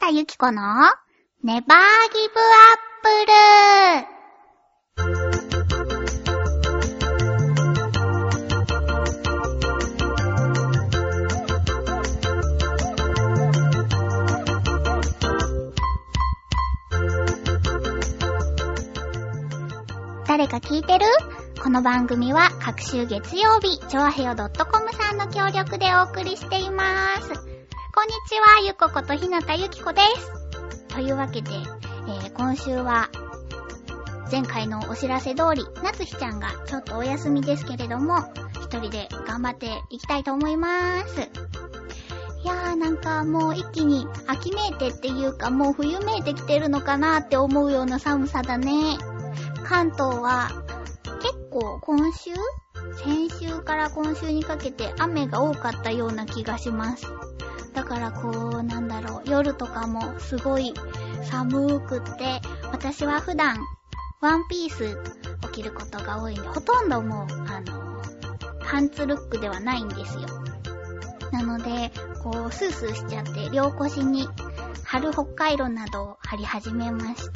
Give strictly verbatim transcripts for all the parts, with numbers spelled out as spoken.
田ゆき子のネバーギブアップル。誰か聞いてる？この番組は各週月曜日、チョアヘヨ .com さんの協力でお送りしています。こんにちは、ゆこことひなたゆきこです。というわけで、えー、今週は前回のお知らせ通り、なつひちゃんがちょっとお休みですけれども、一人で頑張っていきたいと思います。いやーなんかもう一気に秋めいてっていうかもう冬めいてきてるのかなって思うような寒さだね。関東は結構今週先週から今週にかけて雨が多かったような気がします。だからこうなんだろう、夜とかもすごい寒くって、私は普段ワンピースを着ることが多いんで、ほとんどもうあのパンツルックではないんですよ。なのでこうスースーしちゃって両腰に春北海道などを貼り始めました。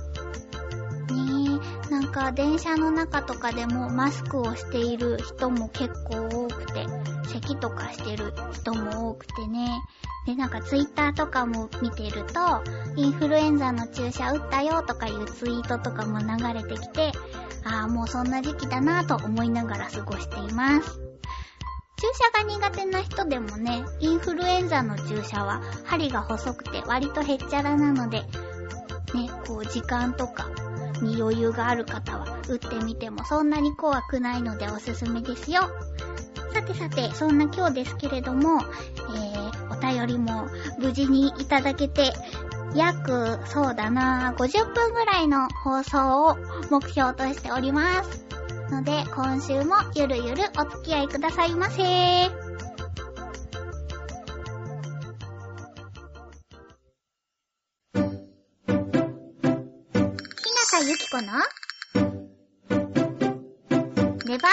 なんか電車の中とかでもマスクをしている人も結構多くて、咳とかしてる人も多くてね。で、なんかツイッターとかも見てると、インフルエンザの注射打ったよとかいうツイートとかも流れてきて、ああもうそんな時期だなと思いながら過ごしています。注射が苦手な人でもね、インフルエンザの注射は針が細くて割とへっちゃらなので、ね、こう時間とかに余裕がある方は打ってみてもそんなに怖くないのでおすすめですよ。さてさて、そんな今日ですけれども、えー、お便りも無事にいただけて、約そうだなごじゅっぷんぐらいの放送を目標としておりますので、今週もゆるゆるお付き合いくださいませ。ゆきこのネバーギブアップル。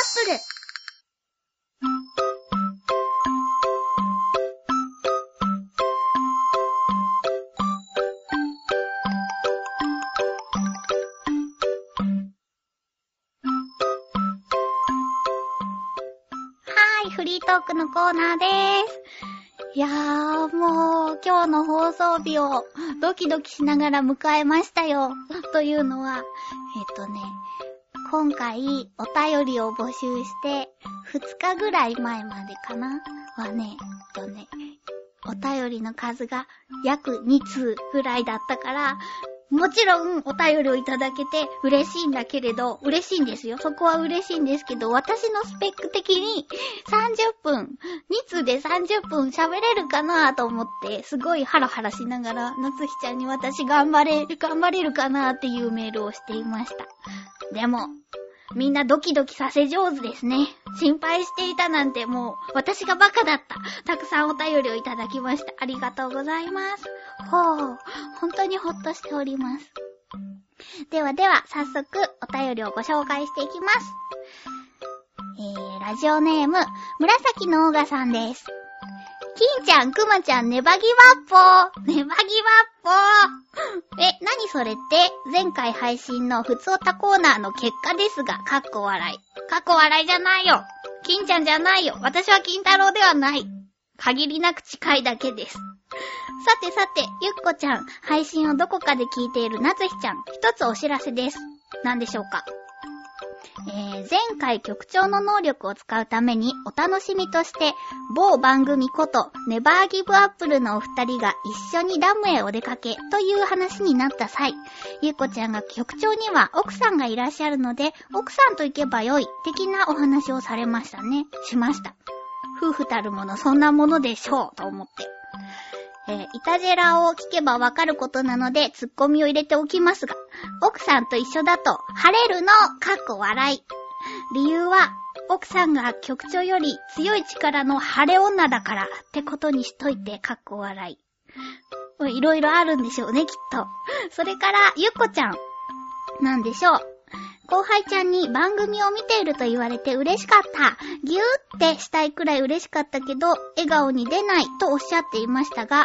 はい、フリートークのコーナーでーす。いやーもう今日の放送日をドキドキしながら迎えましたよ。というのは、えっとね、今回お便りを募集してふつかぐらい前までかなはね、えっとね、お便りの数が約に通ぐらいだったから、もちろんお便りをいただけて嬉しいんだけれど、嬉しいんですよ。そこは嬉しいんですけど、私のスペック的にさんじゅっぷん、に通でさんじゅっぷん喋れるかなと思って、すごいハラハラしながら、なつひちゃんに私頑張れる、頑張れるかなっていうメールをしていました。でも、みんなドキドキさせ上手ですね。心配していたなんてもう私がバカだった。たくさんお便りをいただきました。ありがとうございます。ほう、本当にほっとしております。ではでは早速お便りをご紹介していきます。えー、ラジオネーム紫のオーガさんです。金ちゃん、くまちゃん、ネバギバッポー。ネバギバッポー。え、なにそれって、前回配信のふつおたコーナーの結果ですが、かっこ笑い。かっこ笑いじゃないよ。金ちゃんじゃないよ。私は金太郎ではない。限りなく近いだけです。さてさて、ゆっこちゃん、配信をどこかで聞いているなつひちゃん、一つお知らせです。何でしょうか。えー、前回局長の能力を使うためにお楽しみとして某番組ことネバーギブアップルのお二人が一緒にダムへお出かけという話になった際、ゆうこちゃんが局長には奥さんがいらっしゃるので奥さんと行けばよい的なお話をされましたね。しました。夫婦たるものそんなものでしょうと思って。えー、イタジェラを聞けばわかることなのでツッコミを入れておきますが、奥さんと一緒だと晴れるのかっこ笑い。理由は奥さんが局長より強い力の晴れ女だからってことにしといてかっこ笑い。いろいろあるんでしょうねきっと。それからゆっこちゃんなんでしょう。後輩ちゃんに番組を見ていると言われて嬉しかった。ギューってしたいくらい嬉しかったけど、笑顔に出ないとおっしゃっていましたが、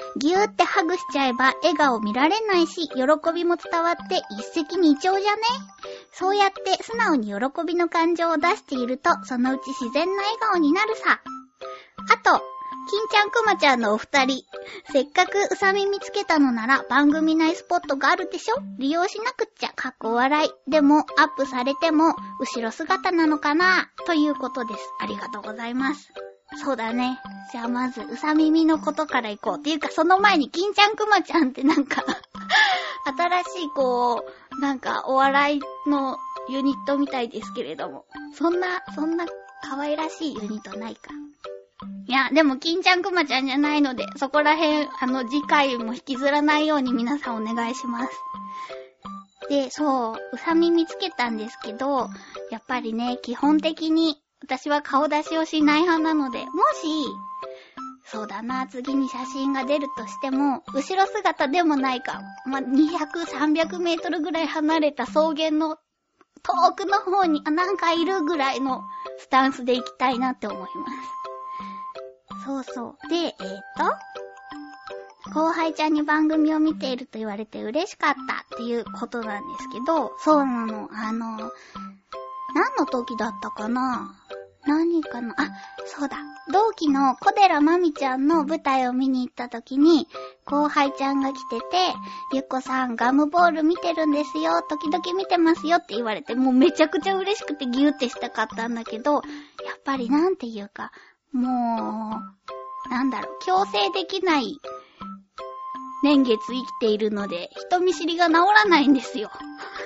ギューってハグしちゃえば笑顔見られないし、喜びも伝わって一石二鳥じゃね？そうやって素直に喜びの感情を出していると、そのうち自然な笑顔になるさ。あと、金ちゃんくまちゃんのお二人、せっかくうさみ見つけたのなら番組内スポットがあるでしょ？利用しなくっちゃ、かっこ笑い。でもアップされても後ろ姿なのかなということです。ありがとうございます。そうだね。じゃあまずうさ耳のことからいこう。っていうかその前に金ちゃんくまちゃんってなんか新しいこうなんかお笑いのユニットみたいですけれども、そんなそんな可愛らしいユニットないか。いや、でも、金ちゃんくまちゃんじゃないので、そこら辺、あの、次回も引きずらないように皆さんお願いします。で、そう、うさみ見つけたんですけど、やっぱりね、基本的に、私は顔出しをしない派なので、もし、そうだな、次に写真が出るとしても、後ろ姿でもないか、まあ、にひゃく、さんびゃくメートルぐらい離れた草原の遠くの方に、あ、なんかいるぐらいのスタンスで行きたいなって思います。そうそう。で、えーと、後輩ちゃんに番組を見ていると言われて嬉しかったっていうことなんですけど、そうなの。あの、何の時だったかな？何かな？あ、そうだ。同期の小寺まみちゃんの舞台を見に行った時に、後輩ちゃんが来てて、ゆっこさんガムボール見てるんですよ、時々見てますよって言われて、もうめちゃくちゃ嬉しくてギューってしたかったんだけど、やっぱりなんていうか、もう、なんだろう、強制できない年月生きているので、人見知りが治らないんですよ。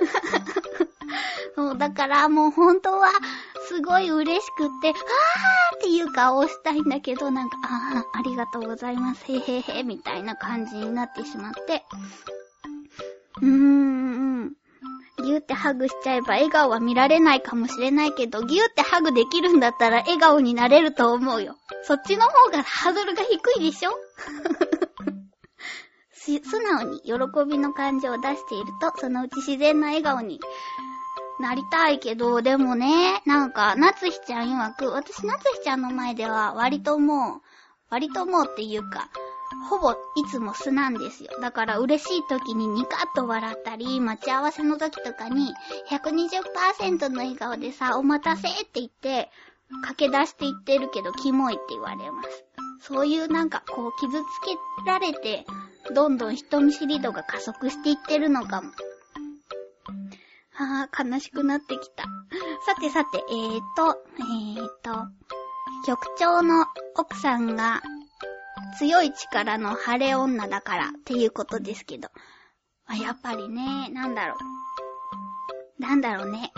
そう、だからもう本当はすごい嬉しくって、あーっていう顔をしたいんだけど、なんか、あー、ありがとうございます、へへへ、みたいな感じになってしまって、うーん、ギューってハグしちゃえば笑顔は見られないかもしれないけど、ギューってハグできるんだったら笑顔になれると思うよ。そっちの方がハードルが低いでしょ素直に喜びの感情を出していると、そのうち自然な笑顔になりたいけど、でもね、なんか、夏日ちゃん曰く、私夏日ちゃんの前では割ともう、割ともうっていうか、ほぼいつも素なんですよ。だから嬉しい時にニカッと笑ったり、待ち合わせの時とかに ひゃくにじゅっパーセント の笑顔でさ、お待たせって言って、駆け出していってるけどキモいって言われます。そういうなんかこう傷つけられて、どんどん人見知り度が加速していってるのかも。あー、悲しくなってきた。さてさて、えーと、えーと、局長の奥さんが強い力の晴れ女だからっていうことですけど。あ、やっぱりね、なんだろう。なんだろうね。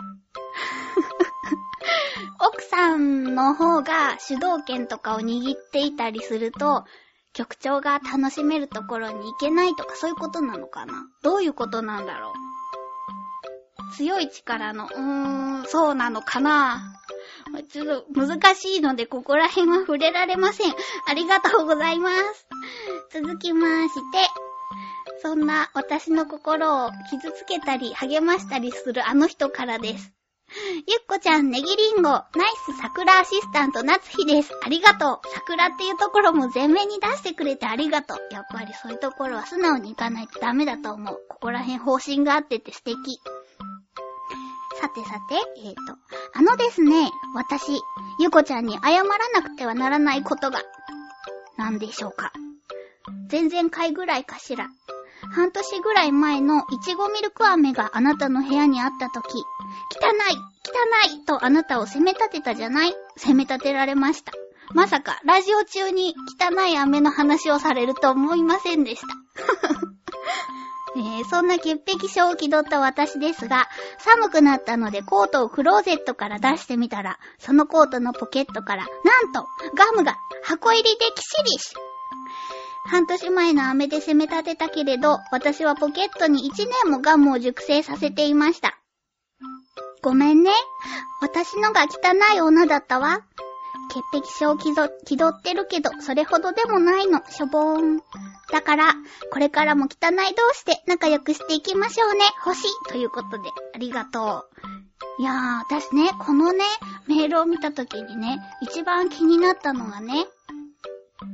奥さんの方が主導権とかを握っていたりすると、局長が楽しめるところに行けないとかそういうことなのかな？どういうことなんだろう？強い力の、うーん、そうなのかな？ちょっと難しいのでここら辺は触れられません。ありがとうございます。続きまして、そんな私の心を傷つけたり励ましたりするあの人からです。ゆっこちゃん、ネギリンゴ、ナイス桜アシスタント夏日です。ありがとう。桜っていうところも前面に出してくれてありがとう。やっぱりそういうところは素直にいかないとダメだと思う。ここら辺方針があってて素敵。さてさて、えーと、あのですね、私、ゆこちゃんに謝らなくてはならないことが、なんでしょうか。前々回ぐらいかしら。半年ぐらい前のいちごミルク飴があなたの部屋にあったとき、汚い汚いとあなたを責め立てたじゃない？責め立てられました。まさかラジオ中に汚い飴の話をされると思いませんでした。えー、そんな潔癖症を気取った私ですが、寒くなったのでコートをクローゼットから出してみたら、そのコートのポケットからなんとガムが箱入りでキシリシ。半年前の飴で責め立てたけれど、私はポケットにいちねんもガムを熟成させていました。ごめんね。私のが汚い女だったわ。潔癖症気ど気取ってるけど、それほどでもないの。しょぼーん。だから、これからも汚い同士で仲良くしていきましょうね。星ということで、ありがとう。いやー、私ね、このね、メールを見たときにね、一番気になったのがね、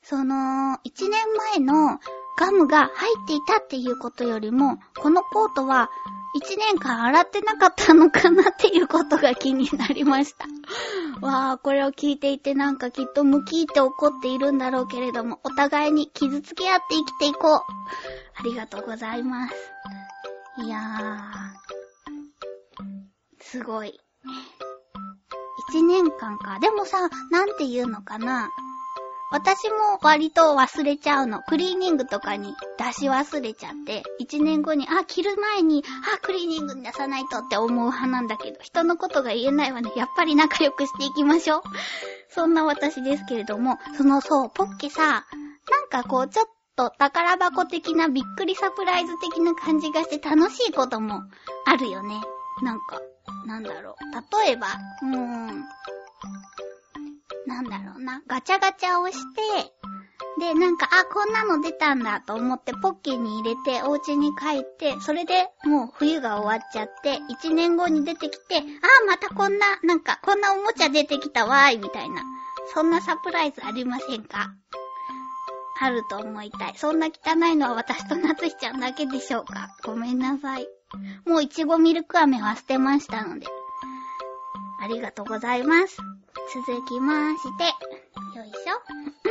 その、一年前のガムが入っていたっていうことよりも、このコートは一年間洗ってなかったのかなっていうことが気になりました。わー、これを聞いていてなんかきっとムキーって怒っているんだろうけれども、お互いに傷つけ合って生きていこう。ありがとうございます。いやー、すごい。一年間か。でもさ、なんて言うのかな。私も割と忘れちゃうの。クリーニングとかに出し忘れちゃって、一年後に、あ、着る前に、あ、クリーニングに出さないとって思う派なんだけど、人のことが言えないわね。やっぱり仲良くしていきましょう。そんな私ですけれども、そのそう、ポッケさ、なんかこう、ちょっと宝箱的なびっくりサプライズ的な感じがして楽しいこともあるよね。なんか、なんだろう。例えば、うーん。なんだろうな。ガチャガチャをして、で、なんか、あ、こんなの出たんだと思ってポッケに入れてお家に帰って、それでもう冬が終わっちゃって、一年後に出てきて、あ、またこんな、なんか、こんなおもちゃ出てきたわーい、みたいな。そんなサプライズありませんか？あると思いたい。そんな汚いのは私となつひちゃんだけでしょうか？ごめんなさい。もういちごミルク飴は捨てましたので。ありがとうございます。続きまして、よいしょ。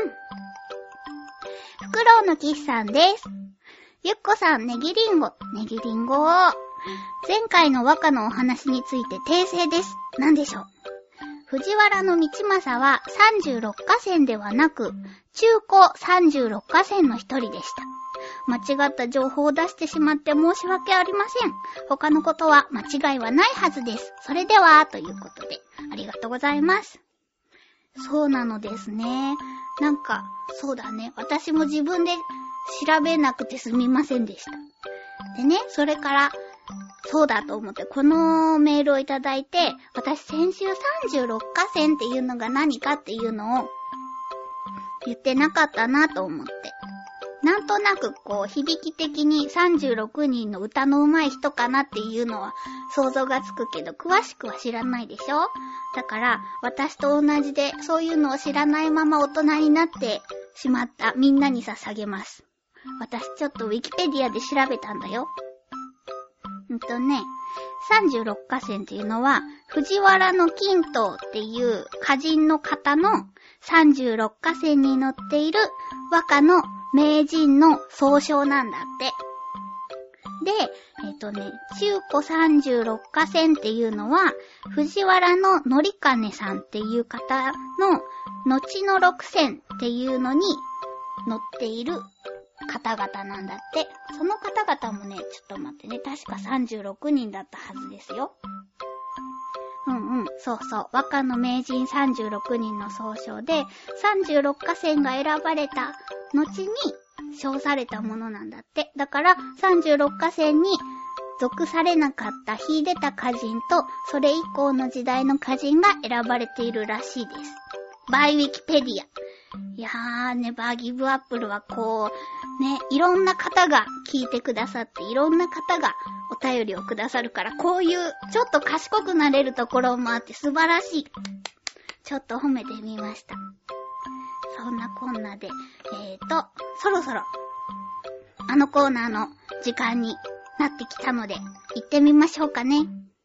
フクロウのキスさんです。ゆっこさん、ネギリンゴ、ネギリンゴ。前回の和歌のお話について訂正です。何でしょう。藤原道正はさんじゅうろっかせんではなく、中高さんじゅうろっかせんの一人でした。間違った情報を出してしまって申し訳ありません。他のことは間違いはないはずです。それでは、ということで、ありがとうございます。そうなのですね。なんか、そうだね。私も自分で調べなくてすみませんでした。でね、それから、そうだと思って、このメールをいただいて、私先週さんじゅうろっかせんっていうのが何かっていうのを言ってなかったなと思って。なんとなくこう、響き的にさんじゅうろくにんの歌の上手い人かなっていうのは想像がつくけど、詳しくは知らないでしょ？だから、私と同じでそういうのを知らないまま大人になってしまったみんなに捧げます。私ちょっとウィキペディアで調べたんだよ。うんとね、さんじゅうろっかせんっていうのは、藤原の金刀っていう歌人の方のさんじゅうろっかせんに載っている和歌の名人の総称なんだって。で、えっとね、中古さんじゅうろっかせんっていうのは、藤原の則兼さんっていう方の後のろくせんっていうのに載っている方々なんだって。その方々もね、ちょっと待ってね、確かさんじゅうろくにんだったはずですよ。うんうん、そうそう。和歌の名人さんじゅうろくにんの総称で、さんじゅうろっかせんが選ばれた後に称されたものなんだって。だから、さんじゅうろっかせんに属されなかった秀でた歌人と、それ以降の時代の歌人が選ばれているらしいです。バイウィキペディア。いやー、ネバーギブアップルはこう、ね、いろんな方が聞いてくださって、いろんな方がお便りをくださるから、こういうちょっと賢くなれるところもあって素晴らしい。ちょっと褒めてみました。そんなこんなで、えーと、そろそろ、あのコーナーの時間になってきたので、行ってみましょうかね。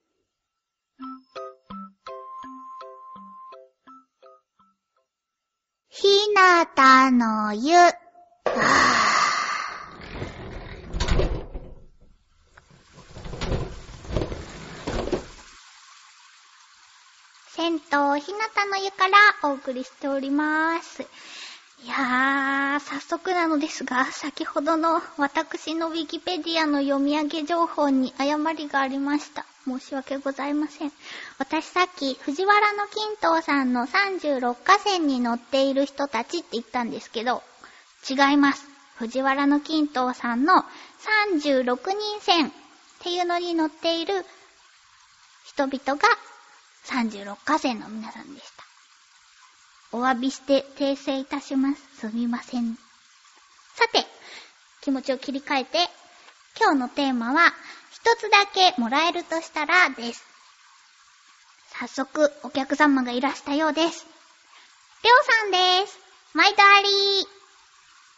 ひなたの湯。はぁ。銭湯ひなたの湯からお送りしております。いやー、早速なのですが、先ほどの私のウィキペディアの読み上げ情報に誤りがありました。申し訳ございません。私さっき藤原の金刀さんのさんじゅうろっかせんに載っている人たちって言ったんですけど、違います。藤原の金刀さんのさんじゅうろくにんせんっていうのに載っている人々がさんじゅうろっかせんの皆さんでした。お詫びして訂正いたします。すみません。さて、気持ちを切り替えて、今日のテーマは、一つだけもらえるとしたらです。早速、お客様がいらしたようです。りょうさんです。毎度ありー。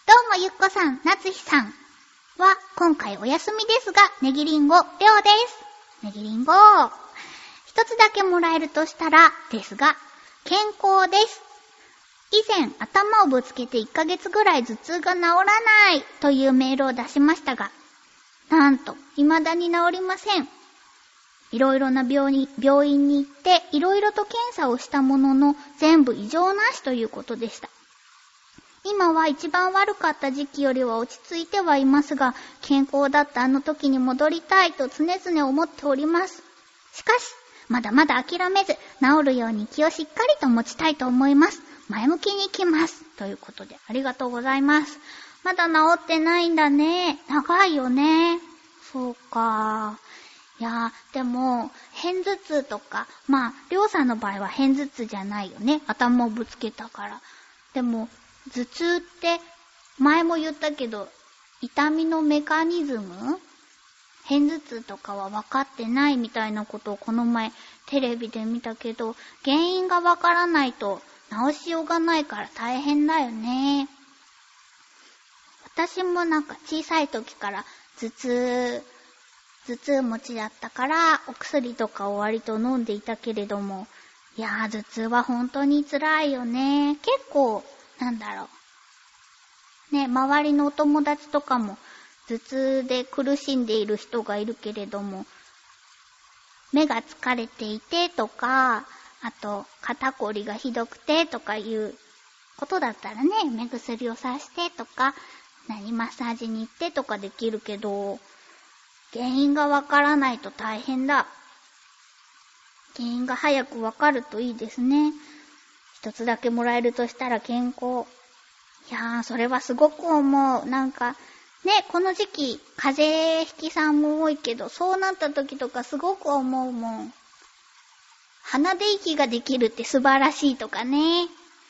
どうもゆっこさん、なつひさんは今回お休みですが、ネギリンゴ、りょうです。ネギリンゴ。一つだけもらえるとしたら、ですが、健康です。以前、頭をぶつけていっかげつぐらい頭痛が治らないというメールを出しましたが、なんと、未だに治りません。いろいろな病に、病院に行って、いろいろと検査をしたものの、全部異常なしということでした。今は一番悪かった時期よりは落ち着いてはいますが、健康だったあの時に戻りたいと常々思っております。しかし、まだまだ諦めず、治るように気をしっかりと持ちたいと思います。前向きに行きます。ということで、ありがとうございます。まだ治ってないんだね。長いよね。そうか。いやー、でも、片頭痛とか、まあ、りょうさんの場合は片頭痛じゃないよね。頭をぶつけたから。でも、頭痛って、前も言ったけど、痛みのメカニズム？片頭痛とかは分かってないみたいなことをこの前テレビで見たけど、原因が分からないと治しようがないから大変だよね。私もなんか小さい時から頭痛、頭痛持ちだったからお薬とかを割と飲んでいたけれども、いやー頭痛は本当に辛いよね。結構、なんだろう。ね、周りのお友達とかも頭痛で苦しんでいる人がいるけれども、目が疲れていてとか、あと肩こりがひどくてとかいうことだったらね、目薬をさしてとか、何マッサージに行ってとかできるけど、原因がわからないと大変だ。原因が早くわかるといいですね。一つだけもらえるとしたら健康。いやー、それはすごく思う。なんか、ね、この時期、風邪ひきさんも多いけど、そうなった時とかすごく思うもん。鼻で息ができるって素晴らしいとかね。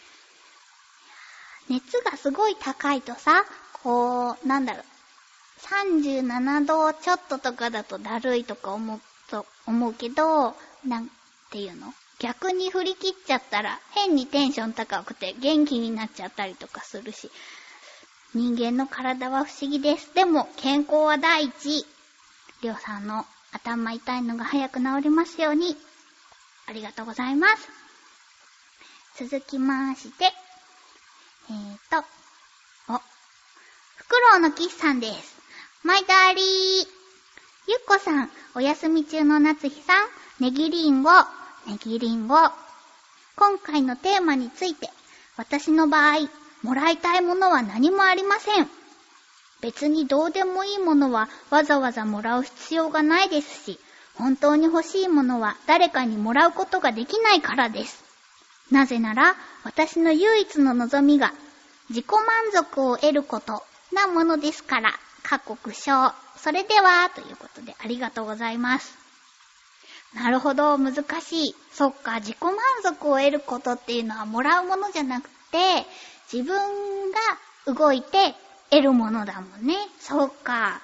熱がすごい高いとさ、こう、なんだろう、さんじゅうななどちょっととかだとだるいとか思うと思うけど、なんていうの？逆に振り切っちゃったら変にテンション高くて元気になっちゃったりとかするし、人間の体は不思議です。でも健康は第一。りょうさんの頭痛いのが早く治りますように。ありがとうございます。続きまして、えーと、お、フクロウのキスさんです。マイダーリー。ゆっこさん、お休み中の夏日さん、ネギリンゴ、ネギリンゴ。今回のテーマについて、私の場合、もらいたいものは何もありません。別にどうでもいいものはわざわざもらう必要がないですし、本当に欲しいものは誰かにもらうことができないからです。なぜなら、私の唯一の望みが、自己満足を得ることなものですから、かっこ苦笑。それでは、ということでありがとうございます。なるほど、難しい。そっか、自己満足を得ることっていうのはもらうものじゃなくて、自分が動いて得るものだもんね。そうか。いや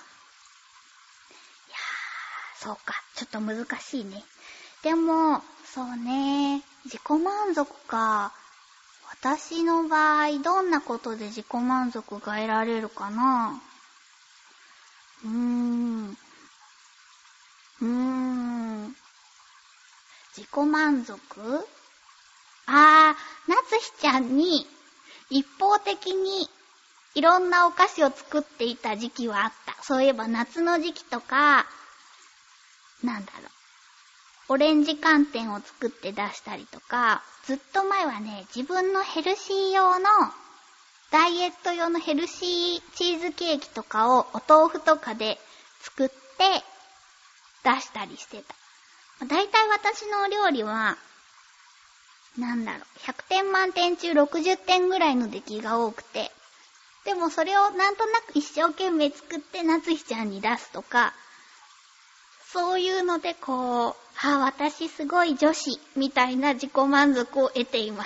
ー、そうか。ちょっと難しいね。でも、そうね。自己満足か。私の場合、どんなことで自己満足が得られるかな。うーん。うーん。自己満足？あー、なつひちゃんに一方的にいろんなお菓子を作っていた時期はあった。そういえば夏の時期とか、なんだろう、オレンジ寒天を作って出したりとか、ずっと前はね、自分のヘルシー用の、ダイエット用のヘルシーチーズケーキとかをお豆腐とかで作って出したりしてた。だいたい私のお料理は、なんだろう、ひゃくてん満点中ろくじゅってんぐらいの出来が多くて、でもそれをなんとなく一生懸命作って夏日ちゃんに出すとか、そういうのでこう、あ、私すごい女子みたいな自己満足を得ています。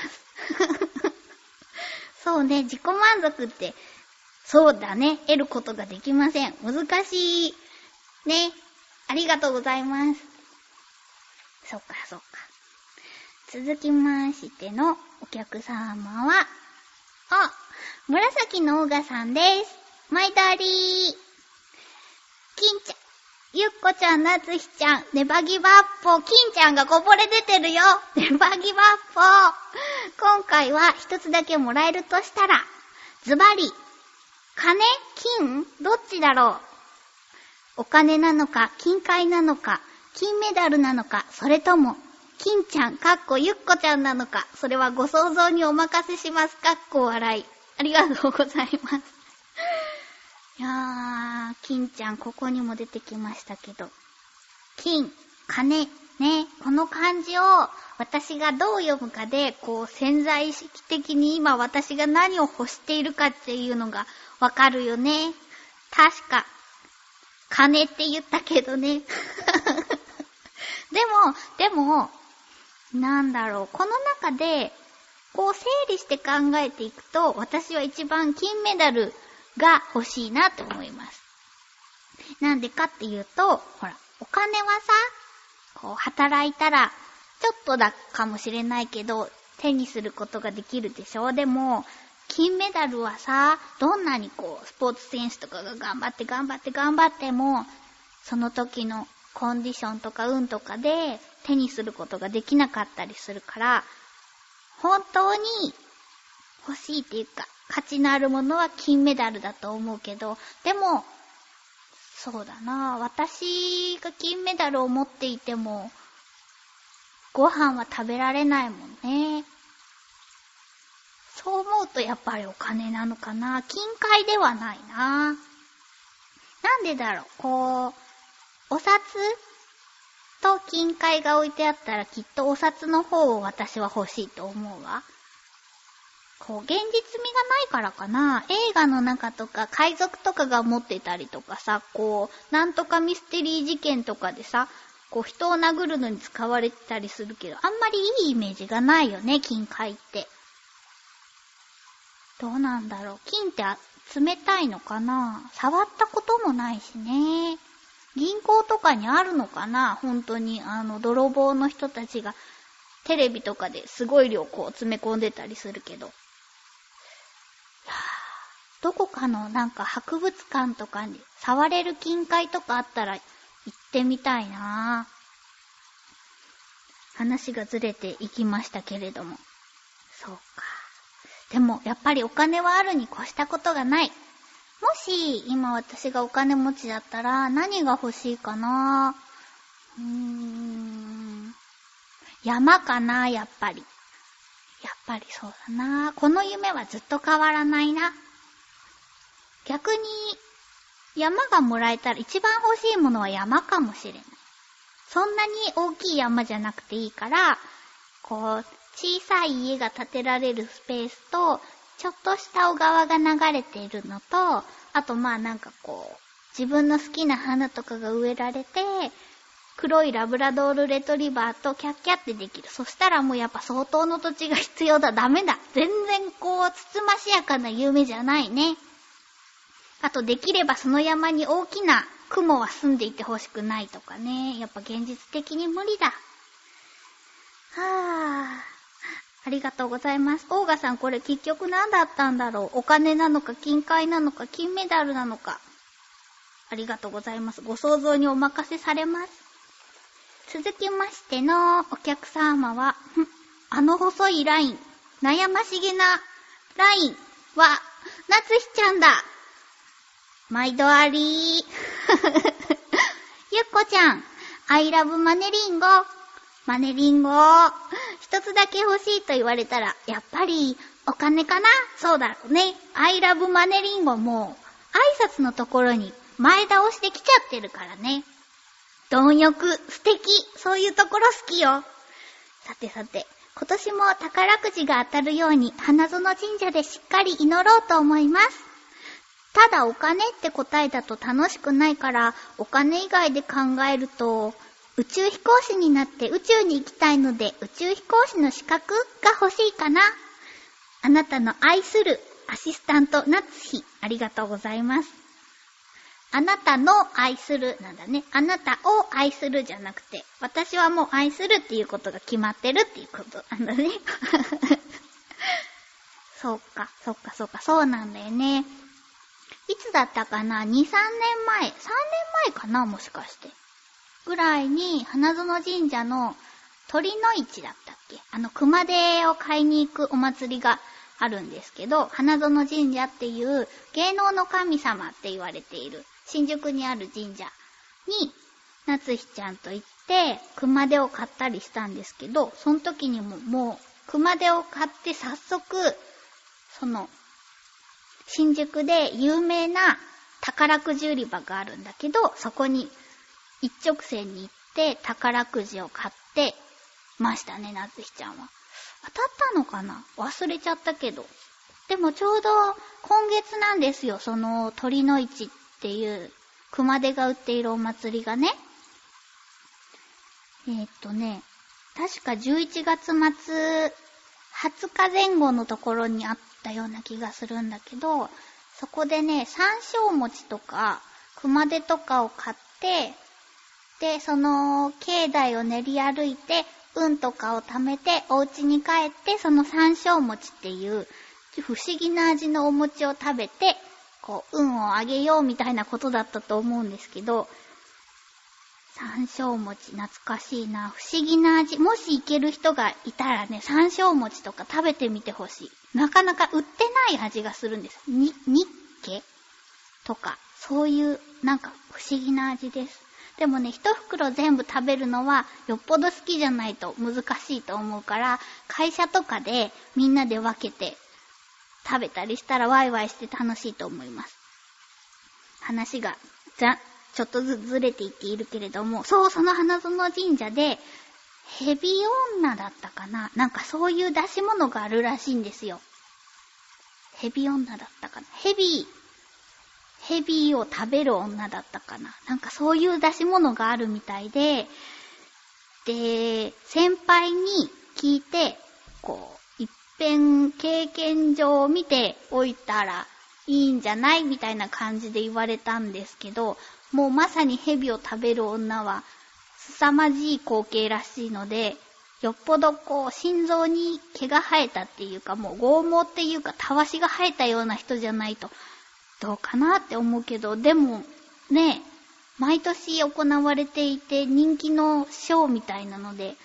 そうね、自己満足って、そうだね、得ることができません。難しい。ね、ありがとうございます。そっかそっか。続きましてのお客様は、あ、 紫のオーガさんです。毎度ありー。金ちゃん、ゆっこちゃん、なつひちゃん、ネバギバッポ、金ちゃんがこぼれ出てるよ。ネバギバッポ。今回は一つだけもらえるとしたら、ズバリ、金？金？どっちだろう。お金なのか、金塊なのか、金メダルなのか、それとも、金ちゃん、かっこゆっこちゃんなのか、それはご想像にお任せします。かっこ笑い。ありがとうございます。いやー、金ちゃん、ここにも出てきましたけど。金、金、ね、この漢字を私がどう読むかで、こう潜在意識的に今私が何を欲しているかっていうのがわかるよね。確か、金って言ったけどね。でも、でも、なんだろう、この中で、こう整理して考えていくと、私は一番金メダルが欲しいなと思います。なんでかっていうと、ほら、お金はさ、こう働いたら、ちょっとだかもしれないけど、手にすることができるでしょ。でも、金メダルはさ、どんなにこう、スポーツ選手とかが頑張って頑張って頑張っても、その時のコンディションとか運とかで手にすることができなかったりするから、本当に欲しいっていうか、価値のあるものは金メダルだと思うけど、でも、そうだな、私が金メダルを持っていても、ご飯は食べられないもんね。そう思うとやっぱりお金なのかな。金塊ではないな。なんでだろう、こう、お札と金塊が置いてあったらきっとお札の方を私は欲しいと思うわ。こう、現実味がないからかな。映画の中とか海賊とかが持ってたりとかさ、こう、なんとかミステリー事件とかでさ、こう人を殴るのに使われてたりするけど、あんまりいいイメージがないよね、金塊って。どうなんだろう。金って冷たいのかな？触ったこともないしね。銀行とかにあるのかな？本当に、あの、泥棒の人たちがテレビとかですごい量こう詰め込んでたりするけど。どこかのなんか博物館とかに触れる金塊とかあったら行ってみたいな。話がずれていきましたけれども。そうか。でもやっぱりお金はあるに越したことがない。もし今私がお金持ちだったら何が欲しいかな。うーん。山かな、やっぱり。やっぱりそうだな。この夢はずっと変わらないな。逆に山がもらえたら一番欲しいものは山かもしれない。そんなに大きい山じゃなくていいから、こう小さい家が建てられるスペースと、ちょっとした小川が流れているのと、あとまあなんかこう自分の好きな花とかが植えられて、黒いラブラドールレトリバーとキャッキャってできる。そしたらもうやっぱ相当の土地が必要だ。ダメだ。全然こうつつましやかな夢じゃないね。あとできればその山に大きな雲は住んでいてほしくないとかね。やっぱ現実的に無理だ。はぁ。ありがとうございます。オーガさん、これ結局何だったんだろう。お金なのか金塊なのか金メダルなのか。ありがとうございます。ご想像にお任せされます。続きましてのお客様は、あの細いライン、悩ましげなラインは、なつひちゃんだ。毎度ありー。ゆっこちゃん、I love マネリンゴ。マネリンゴ。一つだけ欲しいと言われたら、やっぱりお金かな？そうだろうね。I love マネリンゴも、挨拶のところに前倒しできちゃってるからね。貪欲、素敵。そういうところ好きよ。さてさて、今年も宝くじが当たるように花園神社でしっかり祈ろうと思います。ただお金って答えだと楽しくないから、お金以外で考えると、宇宙飛行士になって宇宙に行きたいので、宇宙飛行士の資格が欲しいかな。あなたの愛するアシスタントナツヒ、ありがとうございます。あなたの愛するなんだね。あなたを愛するじゃなくて、私はもう愛するっていうことが決まってるっていうことなんだね。 そうか、そうか、そうか、そうなんだよね。いつだったかな ?に、さんねんまえ、さんねんまえかなもしかして。ぐらいに、花園神社の鳥の市だったっけ、あの、熊手を買いに行くお祭りがあるんですけど、花園神社っていう芸能の神様って言われている新宿にある神社に、夏日ちゃんと行って、熊手を買ったりしたんですけど、その時にももう、熊手を買って早速、その、新宿で有名な宝くじ売り場があるんだけど、そこに一直線に行って宝くじを買ってましたね、夏日ちゃんは。当たったのかな？忘れちゃったけど。でもちょうど今月なんですよ、その鳥の市っていう熊手が売っているお祭りがね。えーっとね、確かじゅういちがつまつ、はつかぜん後のところにあったような気がするんだけど、そこでね、山椒餅とか熊手とかを買って、で、その境内を練り歩いて、運とかを貯めて、お家に帰って、その山椒餅っていう不思議な味のお餅を食べて、こう、運を上げようみたいなことだったと思うんですけど、山椒餅懐かしいな。不思議な味。もし行ける人がいたらね、山椒餅とか食べてみてほしい。なかなか売ってない味がするんです。に、ニッケとか、そういうなんか不思議な味です。でもね、一袋全部食べるのはよっぽど好きじゃないと難しいと思うから、会社とかでみんなで分けて食べたりしたらワイワイして楽しいと思います。話がじゃちょっとずつずれていっているけれども、そう、その花園神社でヘビ女だったかな、なんかそういう出し物があるらしいんですよ。ヘビ女だったかな、ヘビヘビを食べる女だったかな、なんかそういう出し物があるみたいで、で、先輩に聞いて、こう、一遍経験上を見ておいたらいいんじゃないみたいな感じで言われたんですけど、もうまさにヘビを食べる女は凄まじい光景らしいので、よっぽどこう心臓に毛が生えたっていうか、もう剛毛っていうかたわしが生えたような人じゃないとどうかなって思うけど、でもね、毎年行われていて人気のショーみたいなので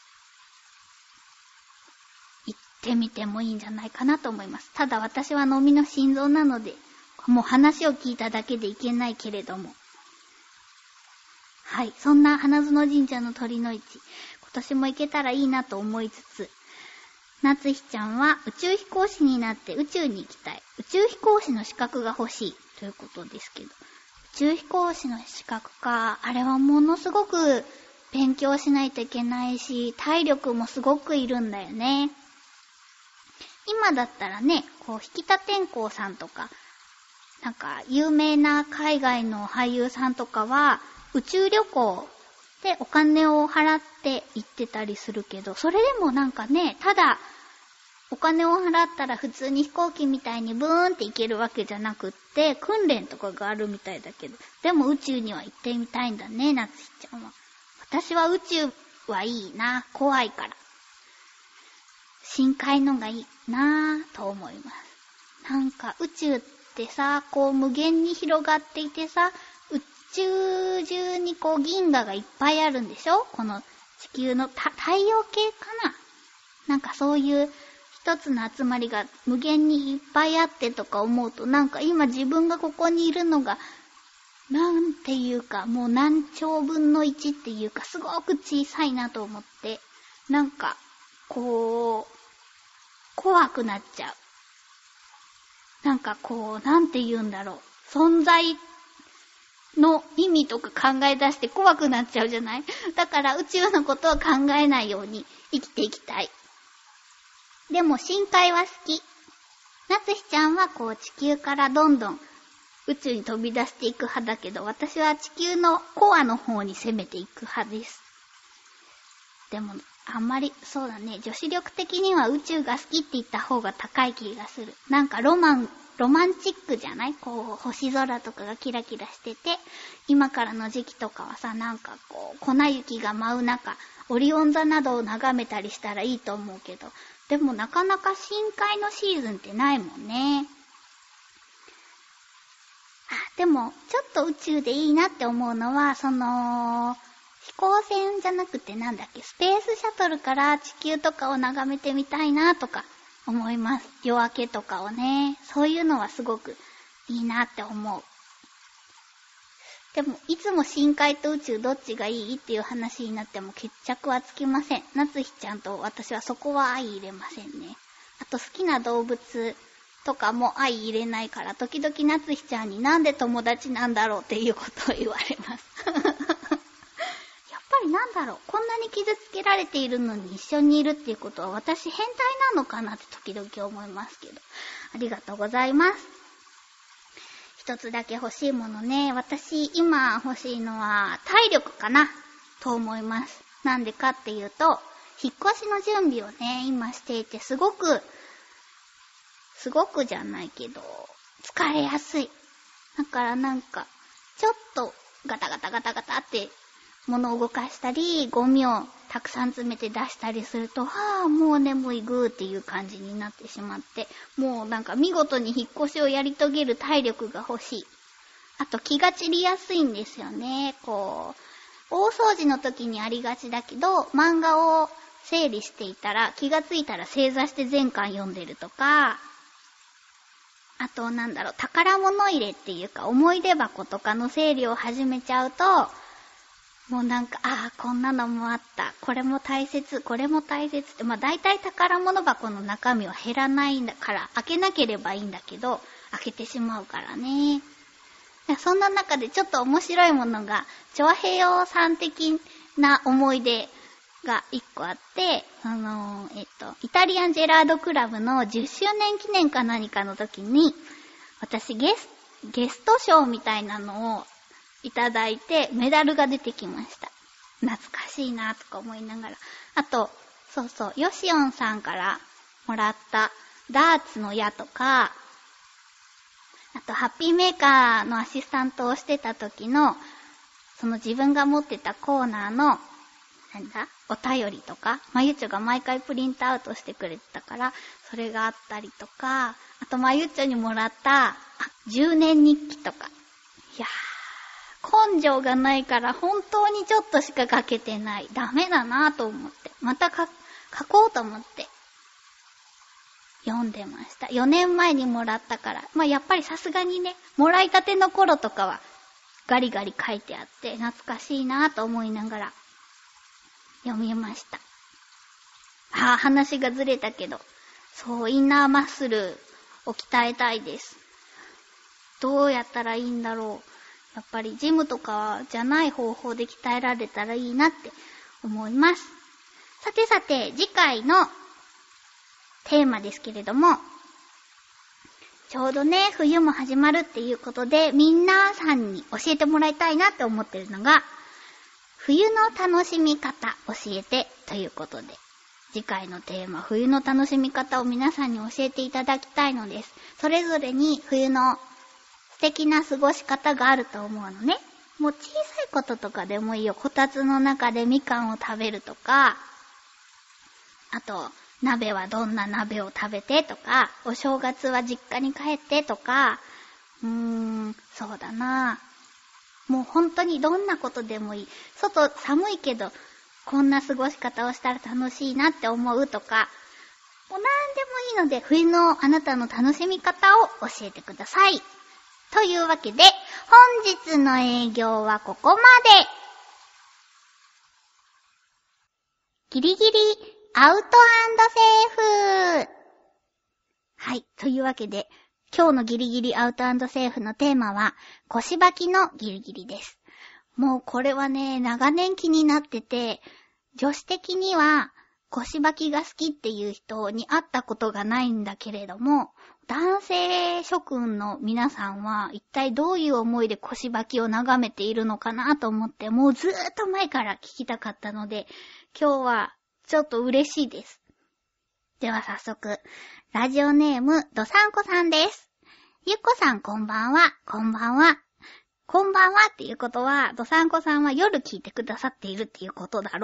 行ってみてもいいんじゃないかなと思います。ただ私は飲みの心臓なので、もう話を聞いただけでいけないけれども、はい、そんな花園神社の鳥の市、今年も行けたらいいなと思いつつ、夏日ちゃんは宇宙飛行士になって宇宙に行きたい。宇宙飛行士の資格が欲しいということですけど、宇宙飛行士の資格か、あれはものすごく勉強しないといけないし、体力もすごくいるんだよね。今だったらね、こう引田天功さんとか、なんか有名な海外の俳優さんとかは宇宙旅行でお金を払って行ってたりするけど、それでもなんかね、ただお金を払ったら普通に飛行機みたいにブーンって行けるわけじゃなくって、訓練とかがあるみたいだけど、でも宇宙には行ってみたいんだね、夏日ちゃんは。私は宇宙はいいな、怖いから。深海のがいいなぁと思います。なんか宇宙ってさ、こう無限に広がっていてさ、宇宙中にこう銀河がいっぱいあるんでしょ？この地球の太陽系かな？なんかそういう一つの集まりが無限にいっぱいあってとか思うと、なんか今自分がここにいるのがなんていうか、もう何兆分のいちっていうか、すごく小さいなと思って、なんかこう怖くなっちゃう。なんかこう、なんて言うんだろう。存在の意味とか考え出して怖くなっちゃうじゃない？だから宇宙のことは考えないように生きていきたい。でも深海は好き。夏日ちゃんはこう地球からどんどん宇宙に飛び出していく派だけど、私は地球のコアの方に攻めていく派です。でも、あんまり、そうだね、女子力的には宇宙が好きって言った方が高い気がする。なんかロマン、ロマンチックじゃない？こう、星空とかがキラキラしてて、今からの時期とかはさ、なんかこう、粉雪が舞う中、オリオン座などを眺めたりしたらいいと思うけど、 でもなかなか深海のシーズンってないもんね。あ、でも、ちょっと宇宙でいいなって思うのは、その、飛行船じゃなくてなんだっけ、スペースシャトルから地球とかを眺めてみたいなとか思います。夜明けとかをね、そういうのはすごくいいなって思う。でも、いつも深海と宇宙どっちがいいっていう話になっても決着はつきません。夏日ちゃんと私はそこは相入れませんね。あと好きな動物とかも相入れないから、時々夏日ちゃんになんで友達なんだろうっていうことを言われます。やっぱりなんだろう、こんなに傷つけられているのに一緒にいるっていうことは私変態なのかなって時々思いますけど。ありがとうございます。一つだけ欲しいものね。私今欲しいのは体力かなと思います。なんでかっていうと、引っ越しの準備をね、今していてすごく、すごくじゃないけど、疲れやすい。だからなんか、ちょっとガタガタガタガタって物を動かしたり、ゴミをたくさん詰めて出したりすると、はぁ、もう眠いぐーっていう感じになってしまって、もうなんか見事に引っ越しをやり遂げる体力が欲しい。あと気が散りやすいんですよね。こう、大掃除の時にありがちだけど、漫画を整理していたら、気がついたら正座して全巻読んでるとか、あとなんだろう、宝物入れっていうか、思い出箱とかの整理を始めちゃうと、もうなんか、ああ、こんなのもあった。これも大切、これも大切って、まあ大体宝物箱の中身は減らないんだから、開けなければいいんだけど、開けてしまうからね。そんな中でちょっと面白いものが、チョアヘヨさん的な思い出が一個あって、あのー、えっと、イタリアンジェラードクラブのじゅっしゅうねん記念か何かの時に、私ゲス、ゲスト賞みたいなのをいただいて、メダルが出てきました。懐かしいなとか思いながら。あと、そうそう、ヨシオンさんからもらったダーツの矢とか、あと、ハッピーメーカーのアシスタントをしてた時の、その自分が持ってたコーナーの、なんだお便りとか、まゆっちょが毎回プリントアウトしてくれてたから、それがあったりとか、あとまゆっちょにもらった、あ、じゅうねん日記とか。いやー、根性がないから本当にちょっとしか書けてない。ダメだなぁと思って。また書、書こうと思って。読んでました。よねんまえにもらったから。まあ、やっぱりさすがにね、もらいたての頃とかはガリガリ書いてあって懐かしいなぁと思いながら読みました。ああ、話がずれたけど、そう、インナーマッスルを鍛えたいです。どうやったらいいんだろう。やっぱりジムとかじゃない方法で鍛えられたらいいなって思います。さてさて、次回のテーマですけれども、ちょうどね、冬も始まるっていうことで、みんなさんに教えてもらいたいなって思ってるのが、冬の楽しみ方教えてということで、次回のテーマ、冬の楽しみ方を皆さんに教えていただきたいのです。それぞれに冬の素敵な過ごし方があると思うのね。もう小さいこととかでもいいよ。こたつの中でみかんを食べるとか、あと、鍋はどんな鍋を食べてとか、お正月は実家に帰ってとか、うーん、そうだな。もう本当にどんなことでもいい。外寒いけど、こんな過ごし方をしたら楽しいなって思うとか、もうなんでもいいので、冬のあなたの楽しみ方を教えてください。というわけで、本日の営業はここまで。ギリギリアウト&セーフ。はい。というわけで、今日のギリギリアウト&セーフのテーマは、腰履きのギリギリです。もうこれはね、長年気になってて、女子的には腰履きが好きっていう人に会ったことがないんだけれども、男性諸君の皆さんは一体どういう思いで腰履きを眺めているのかなと思って、もうずーっと前から聞きたかったので、今日はちょっと嬉しいです。では早速、ラジオネームどさんこさんです。ゆっこさんこんばんは、こんばんは。こんばんはっていうことは、どさんこさんは夜聞いてくださっているっていうことだろう。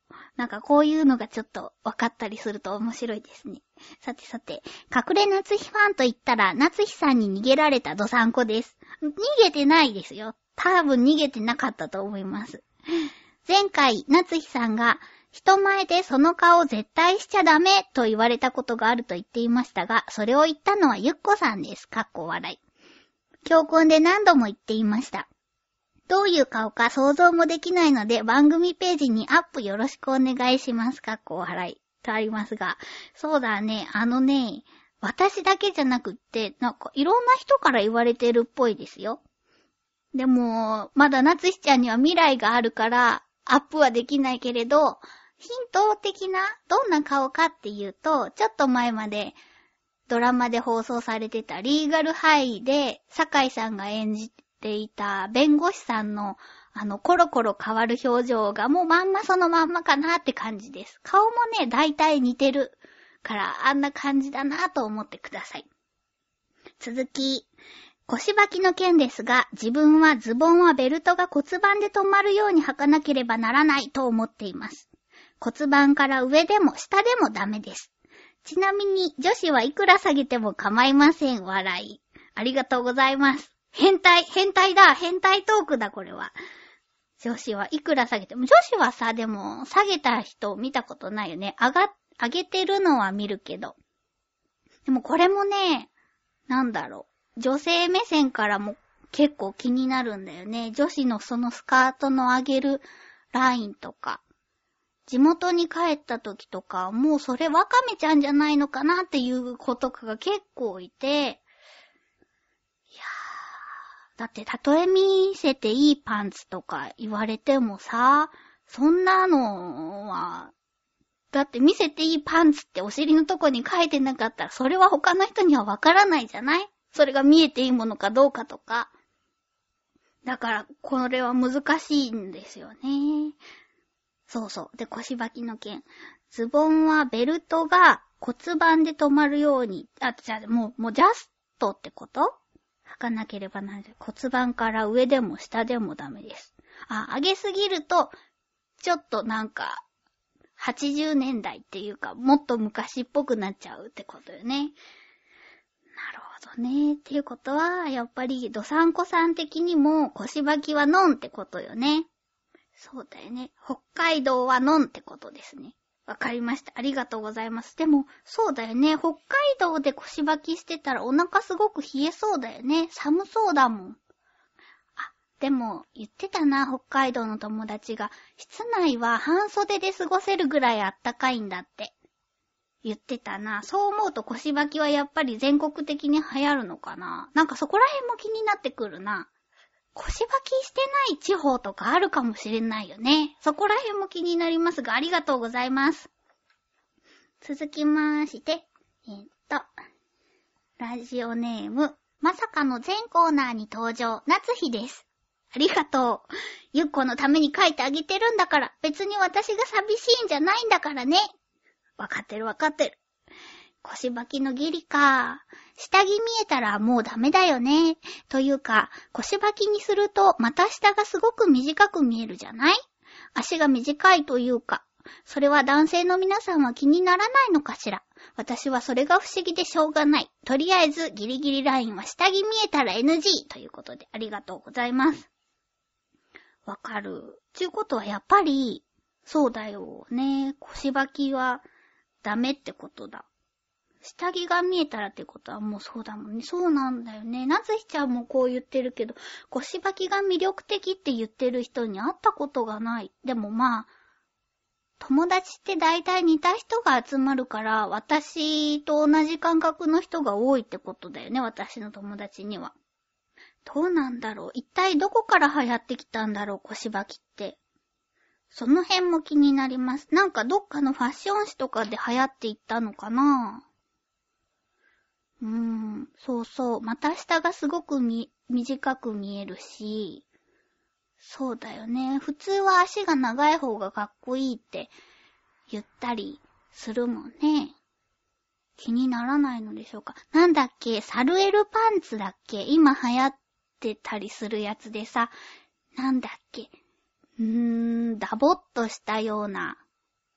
なんかこういうのがちょっと分かったりすると面白いですね。さてさて、隠れ夏日ファンと言ったら、夏日さんに逃げられたドサンコです。逃げてないですよ。多分逃げてなかったと思います。前回、夏日さんが、人前でその顔絶対しちゃダメと言われたことがあると言っていましたが、それを言ったのはゆっこさんです。かっこ笑い。教訓で何度も言っていました。どういう顔か想像もできないので番組ページにアップよろしくお願いします。かっこ笑いとありますが。そうだね。あのね、私だけじゃなくって、なんかいろんな人から言われてるっぽいですよ。でも、まだ夏日ちゃんには未来があるからアップはできないけれど、ヒント的などんな顔かっていうと、ちょっと前までドラマで放送されてたリーガルハイで酒井さんが演じてていた弁護士さんのあのコロコロ変わる表情がもうまんまそのまんまかなって感じです。顔もね、だいたい似てるからあんな感じだなと思ってください。続き、腰履きの件ですが、自分はズボンはベルトが骨盤で止まるように履かなければならないと思っています。骨盤から上でも下でもダメです。ちなみに女子はいくら下げても構いません。笑い。ありがとうございます。変態、変態だ、変態トークだ、これは。女子はいくら下げても、女子はさ、でも、下げた人見たことないよね。上が、上げてるのは見るけど。でもこれもね、なんだろう。女性目線からも結構気になるんだよね。女子のそのスカートの上げるラインとか。地元に帰った時とか、もうそれワカメちゃんじゃないのかなっていう子とかが結構いて、だって、たとえ見せていいパンツとか言われてもさ、そんなのは、だって見せていいパンツってお尻のとこに書いてなかったら、それは他の人にはわからないじゃない？それが見えていいものかどうかとか。だから、これは難しいんですよね。そうそう。で、腰履きの件。ズボンはベルトが骨盤で止まるように、あ、じゃあ、もう、もうジャストってこと？履かなければならない。骨盤から上でも下でもダメです。あ、上げすぎると、ちょっとなんか、はちじゅうねんだいっていうか、もっと昔っぽくなっちゃうってことよね。なるほどね。っていうことは、やっぱり、ドサンコさん的にも腰履きはノンってことよね。そうだよね。北海道はノンってことですね。わかりました。ありがとうございます。でも、そうだよね。北海道で腰履きしてたらお腹すごく冷えそうだよね。寒そうだもん。あ、でも、言ってたな、北海道の友達が。室内は半袖で過ごせるぐらいあったかいんだって。言ってたな。そう思うと腰履きはやっぱり全国的に流行るのかな。なんかそこら辺も気になってくるな。腰履きしてない地方とかあるかもしれないよね。そこら辺も気になりますが、ありがとうございます。続きまして、えー、っと、ラジオネーム、まさかの全コーナーに登場、夏日です。ありがとう。ゆっこのために書いてあげてるんだから、別に私が寂しいんじゃないんだからね。わかってるわかってる。腰履きのギリか。下着見えたらもうダメだよね。というか、腰履きにすると股下がすごく短く見えるじゃない？足が短いというか、それは男性の皆さんは気にならないのかしら。私はそれが不思議でしょうがない。とりあえずギリギリラインは下着見えたら エヌジー ということでありがとうございます。わかる。ということはやっぱり、そうだよね。腰履きはダメってことだ。下着が見えたらってことはもうそうだもんね。そうなんだよね。なつひちゃんもこう言ってるけど、腰履きが魅力的って言ってる人に会ったことがない。でもまあ、友達って大体似た人が集まるから、私と同じ感覚の人が多いってことだよね。私の友達には。どうなんだろう。一体どこから流行ってきたんだろう、腰履きって。その辺も気になります。なんかどっかのファッション誌とかで流行っていったのかな？うーん、そうそう。股下がすごくみ、短く見えるし、そうだよね。普通は足が長い方がかっこいいって言ったりするもんね。気にならないのでしょうか。なんだっけ、サルエルパンツだっけ？今流行ってたりするやつでさ、なんだっけ、うーん、ダボっとしたような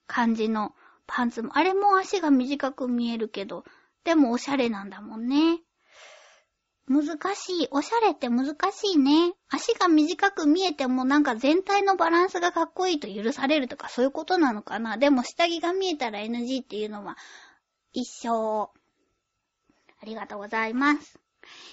感じのパンツも、あれも足が短く見えるけど、でもおしゃれなんだもんね。難しい。おしゃれって難しいね。足が短く見えてもなんか全体のバランスがかっこいいと許されるとかそういうことなのかな。でも下着が見えたら エヌジー っていうのは一緒。ありがとうございます。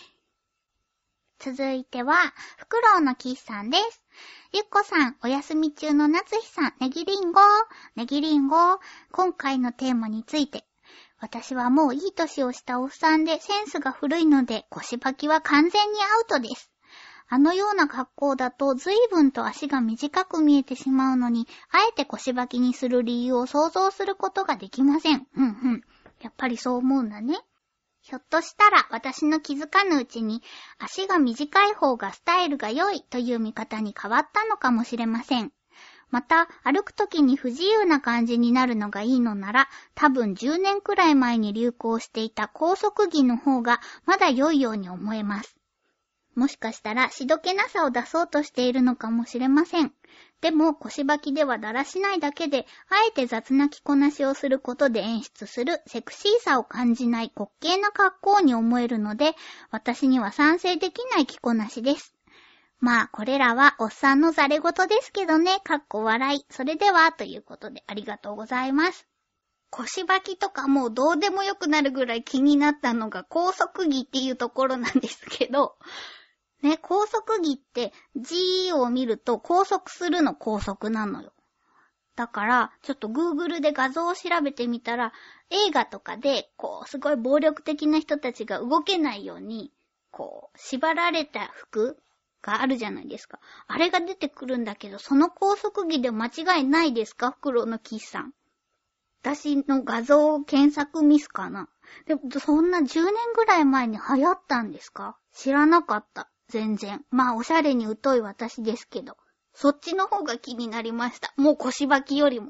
続いては、フクロウのキスさんです。ゆっこさん、お休み中の夏日さん、ネギリンゴ、ネギリンゴ、今回のテーマについて、私はもういい年をしたおっさんでセンスが古いので腰履きは完全にアウトです。あのような格好だと随分と足が短く見えてしまうのに、あえて腰履きにする理由を想像することができません。うんうん。やっぱりそう思うんだね。ひょっとしたら私の気づかぬうちに足が短い方がスタイルが良いという見方に変わったのかもしれません。また、歩くときに不自由な感じになるのがいいのなら、多分じゅうねんくらい前に流行していた高速着の方がまだ良いように思えます。もしかしたら、しどけなさを出そうとしているのかもしれません。でも、腰履きではだらしないだけで、あえて雑な着こなしをすることで演出するセクシーさを感じない滑稽な格好に思えるので、私には賛成できない着こなしです。まあ、これらはおっさんのざれ言ですけどね、かっこ笑い。それでは、ということでありがとうございます。腰履きとかもうどうでもよくなるぐらい気になったのが高速着っていうところなんですけど、ね、高速着って G を見ると高速するの高速なのよ。だから、ちょっと Google で画像を調べてみたら、映画とかで、こう、すごい暴力的な人たちが動けないように、こう、縛られた服があるじゃないですか。あれが出てくるんだけど、その高速着で間違いないですか？フクロウのキスさん。私の画像検索ミスかな？でも、そんなじゅうねんぐらい前に流行ったんですか？知らなかった。全然。まあ、おしゃれに疎い私ですけど。そっちの方が気になりました。もう腰履きよりも。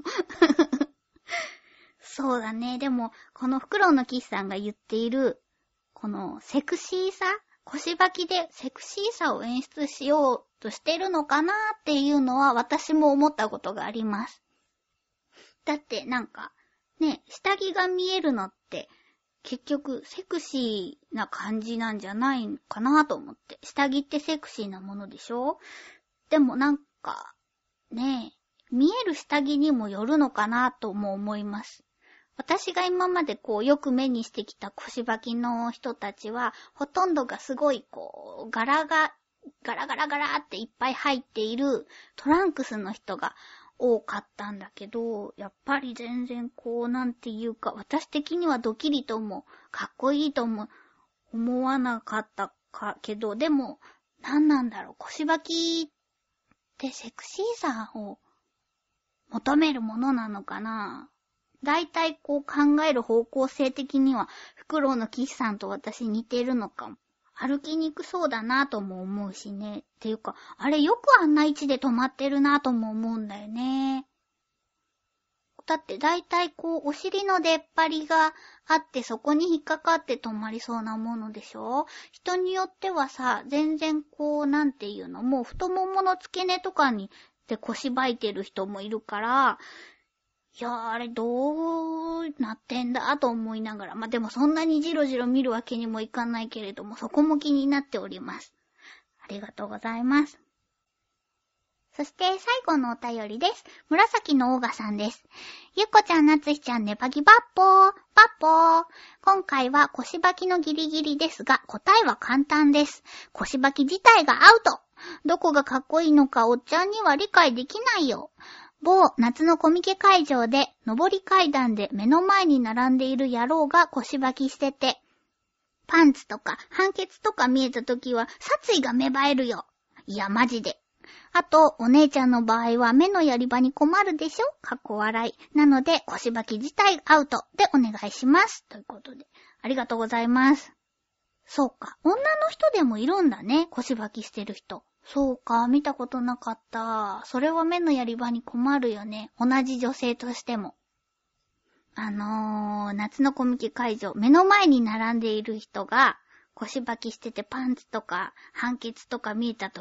そうだね。でも、このフクロウのキスさんが言っている、このセクシーさ？腰履きでセクシーさを演出しようとしてるのかなっていうのは私も思ったことがあります。だってなんか、ね、下着が見えるのって結局セクシーな感じなんじゃないのかなと思って。下着ってセクシーなものでしょ？でもなんか、ね、見える下着にもよるのかなとも思います。私が今までこうよく目にしてきた腰履きの人たちは、ほとんどがすごいこう、柄が、ガラガラガラっていっぱい入っているトランクスの人が多かったんだけど、やっぱり全然こうなんていうか、私的にはドキリともかっこいいとも思わなかったかけど、でも、なんなんだろう、腰履きってセクシーさを求めるものなのかな？だいたいこう考える方向性的には、フクロウのキスさんと私似てるのかも。歩きにくそうだなとも思うしね。っていうか、あれよくあんな位置で止まってるなとも思うんだよね。だってだいたいこう、お尻の出っ張りがあって、そこに引っかかって止まりそうなものでしょ？人によってはさ、全然こう、なんていうの、もう太ももの付け根とかにで腰履いてる人もいるから、いやーあれどうなってんだと思いながら、まあ、でもそんなにじろじろ見るわけにもいかないけれども、そこも気になっております。ありがとうございます。そして最後のお便りです。紫のオーガさんです。ゆっこちゃん、なつひちゃん、ねばぎばっぽー、ばっぽー。今回は腰履きのギリギリですが、答えは簡単です。腰履き自体がアウト。どこがかっこいいのかおっちゃんには理解できないよ。某夏のコミケ会場で上り階段で目の前に並んでいる野郎が腰履きしてて、パンツとか判決とか見えたときは殺意が芽生えるよ。いやマジで。あとお姉ちゃんの場合は目のやり場に困るでしょ？かっこ笑い。なので腰履き自体アウトでお願いします。ということでありがとうございます。そうか、女の人でもいるんだね、腰履きしてる人。そうか、見たことなかった。それは目のやり場に困るよね。同じ女性としても。あのー、夏のコミケ会場、目の前に並んでいる人が腰履きしててパンツとか判決とか見えたとき、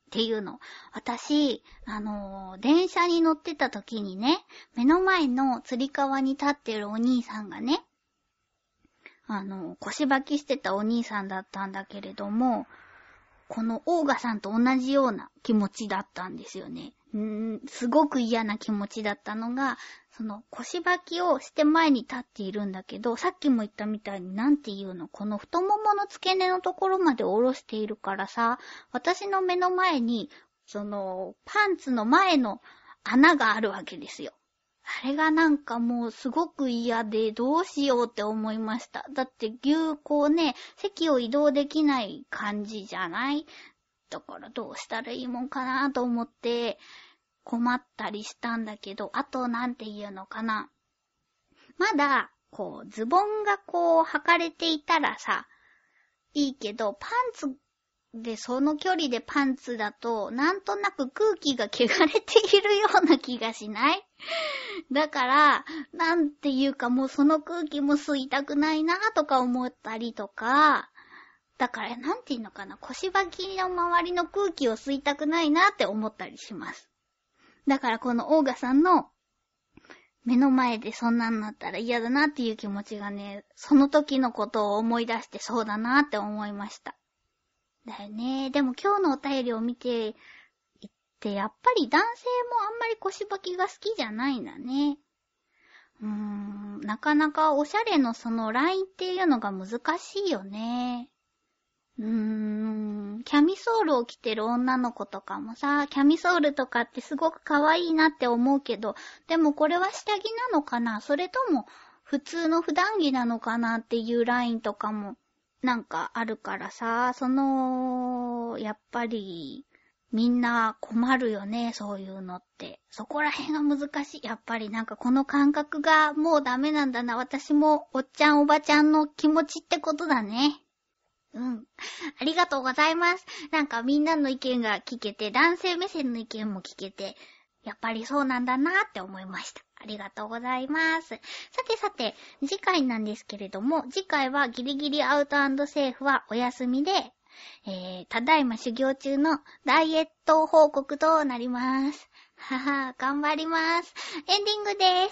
っていうの。私、あのー、電車に乗ってた時にね、目の前のつり革に立ってるお兄さんがね、あのー、腰履きしてたお兄さんだったんだけれども、このオーガさんと同じような気持ちだったんですよね。うーん、すごく嫌な気持ちだったのが、その腰履きをして前に立っているんだけど、さっきも言ったみたいになんていうの、この太ももの付け根のところまで下ろしているからさ、私の目の前に、そのパンツの前の穴があるわけですよ。あれがなんかもうすごく嫌でどうしようって思いました。だってぎゅうこうね、席を移動できない感じじゃない？だからどうしたらいいもんかなと思って困ったりしたんだけど、あとなんていうのかな。まだこうズボンがこう履かれていたらさ、いいけどパンツでその距離でパンツだとなんとなく空気が汚れているような気がしない？だから、なんていうかもうその空気も吸いたくないなとか思ったりとか、だからなんていうのかな、腰履きの周りの空気を吸いたくないなって思ったりします。だからこのオーガさんの目の前でそんなんなったら嫌だなっていう気持ちがね、その時のことを思い出してそうだなって思いました。だよね。でも今日のお便りを見ていってやっぱり男性もあんまり腰履きが好きじゃないんだね。うーん、なかなかおしゃれのそのラインっていうのが難しいよね。うーん、キャミソールを着てる女の子とかもさ、キャミソールとかってすごく可愛いなって思うけど、でもこれは下着なのかな？それとも普通の普段着なのかなっていうラインとかもなんかあるからさ、その、やっぱりみんな困るよね、そういうのって。そこら辺が難しい。やっぱりなんかこの感覚がもうダメなんだな。私もおっちゃんおばちゃんの気持ちってことだね。うん。ありがとうございます。なんかみんなの意見が聞けて、男性目線の意見も聞けて、やっぱりそうなんだなって思いました。ありがとうございます。さてさて、次回なんですけれども、次回はギリギリアウト&セーフはお休みで、えー、ただいま修行中のダイエット報告となります。はは、頑張ります。エンディングです。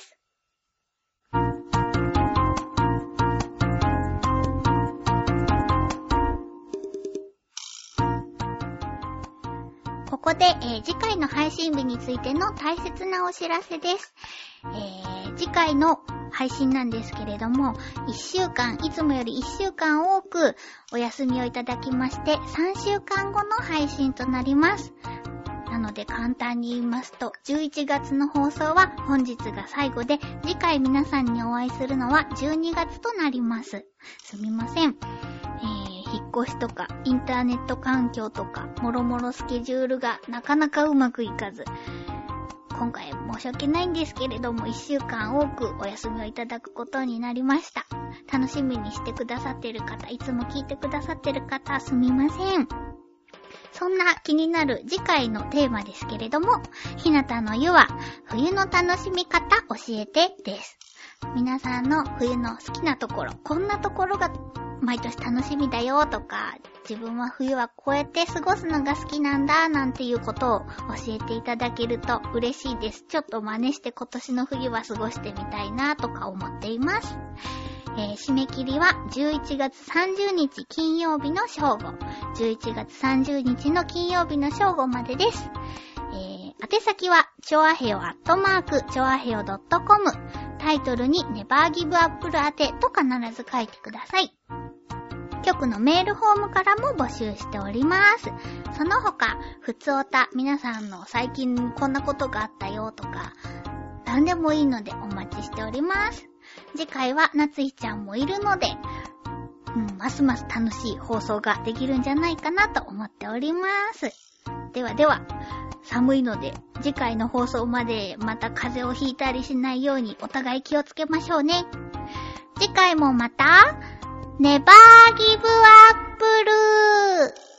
ここで、えー、次回の配信日についての大切なお知らせです。えー、次回の配信なんですけれども、いっしゅうかん、いつもよりいっしゅうかん多くお休みをいただきまして、さんしゅうかんごの配信となります。なので簡単に言いますと、じゅういちがつの放送は本日が最後で、次回皆さんにお会いするのはじゅうにがつとなります。すみません。えー、引っ越しとかインターネット環境とかもろもろスケジュールがなかなかうまくいかず、今回申し訳ないんですけれどもいっしゅうかん多くお休みをいただくことになりました。楽しみにしてくださってる方、いつも聞いてくださってる方、すみません。そんな気になる次回のテーマですけれども、ひなたの湯は冬の楽しみ方教えてです。皆さんの冬の好きなところ、こんなところが毎年楽しみだよとか、自分は冬はこうやって過ごすのが好きなんだなんていうことを教えていただけると嬉しいです。ちょっと真似して今年の冬は過ごしてみたいなとか思っています。えー、締め切りはじゅういちがつさんじゅうにち金曜日の正午、じゅういちがつさんじゅうにちの金曜日の正午までです。えー、宛先はチョアヘヨアットマークチョアヘヨドットコム、タイトルにネバーギブアップル宛てと必ず書いてください。局のメールフォームからも募集しております。その他、ふつおた、皆さんの最近こんなことがあったよとか、何でもいいのでお待ちしております。次回はなつひちゃんもいるので、うん、ますます楽しい放送ができるんじゃないかなと思っております。ではでは、寒いので次回の放送までまた風邪をひいたりしないようにお互い気をつけましょうね。次回もまたネバーギブアップル